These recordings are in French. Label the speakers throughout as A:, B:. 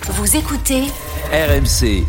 A: Vous écoutez
B: RMC.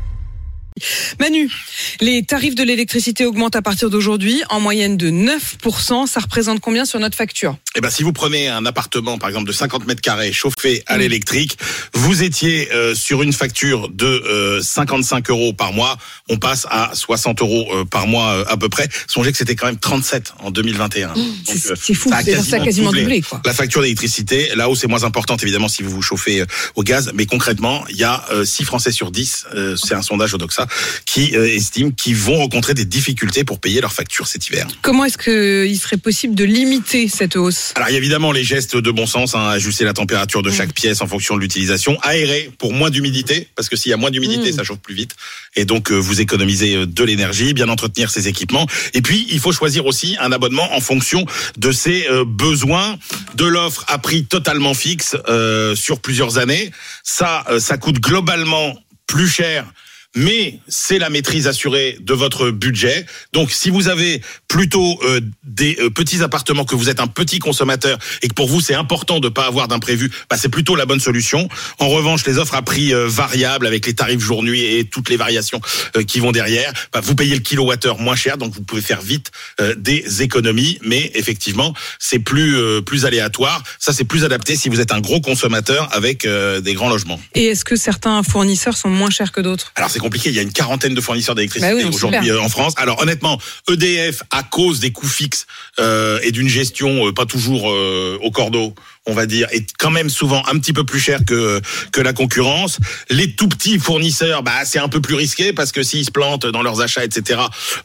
C: Manu, les tarifs de l'électricité augmentent à partir d'aujourd'hui en moyenne de 9%. Ça représente combien sur notre facture ?
D: Si vous prenez un appartement, par exemple, de 50 mètres carrés chauffé à l'électrique, vous étiez sur une facture de 55 euros par mois. On passe à 60 euros par mois à peu près. Songez que c'était quand même 37 en 2021.
C: C'est fou, ça a quasiment doublé, quoi.
D: La facture d'électricité, là où c'est moins importante, évidemment, si vous vous chauffez au gaz. Mais concrètement, il y a 6 Français sur 10, c'est un sondage Odoxa, qui estiment qu'ils vont rencontrer des difficultés pour payer leurs factures cet hiver.
C: Comment est-ce qu'il serait possible de limiter cette hausse ?
D: Alors, il y a évidemment les gestes de bon sens, ajuster la température de chaque pièce en fonction de l'utilisation, aérer pour moins d'humidité, parce que s'il y a moins d'humidité, ça chauffe plus vite, et donc vous économisez de l'énergie, bien entretenir ses équipements, et puis il faut choisir aussi un abonnement en fonction de ses besoins, de l'offre à prix totalement fixe sur plusieurs années. Ça coûte globalement plus cher, mais c'est la maîtrise assurée de votre budget. Donc, si vous avez plutôt des petits appartements, que vous êtes un petit consommateur et que pour vous c'est important de pas avoir d'imprévu, c'est plutôt la bonne solution. En revanche, les offres à prix variables avec les tarifs jour-nuit et toutes les variations qui vont derrière, vous payez le kilowattheure moins cher, donc vous pouvez faire vite des économies. Mais effectivement, c'est plus aléatoire. Ça, c'est plus adapté si vous êtes un gros consommateur avec des grands logements.
C: Et est-ce que certains fournisseurs sont moins chers que d'autres ?
D: Alors, c'est compliqué, il y a une quarantaine de fournisseurs d'électricité aujourd'hui en France. Alors honnêtement, EDF, à cause des coûts fixes et d'une gestion pas toujours au cordeau, on va dire, est quand même souvent un petit peu plus cher que la concurrence. Les tout petits fournisseurs, c'est un peu plus risqué parce que s'ils se plantent dans leurs achats, etc.,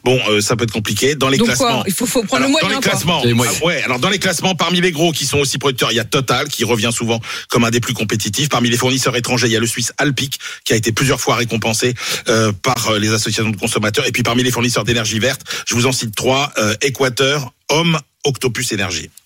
D: ça peut être compliqué. Dans les classements,
C: il faut prendre le moyen.
D: Dans les classements, alors dans les classements, parmi les gros qui sont aussi producteurs, il y a Total qui revient souvent comme un des plus compétitifs. Parmi les fournisseurs étrangers, il y a le Suisse Alpiq qui a été plusieurs fois récompensé par les associations de consommateurs. Et puis parmi les fournisseurs d'énergie verte, je vous en cite 3, Équateur, Homme, Octopus Énergie.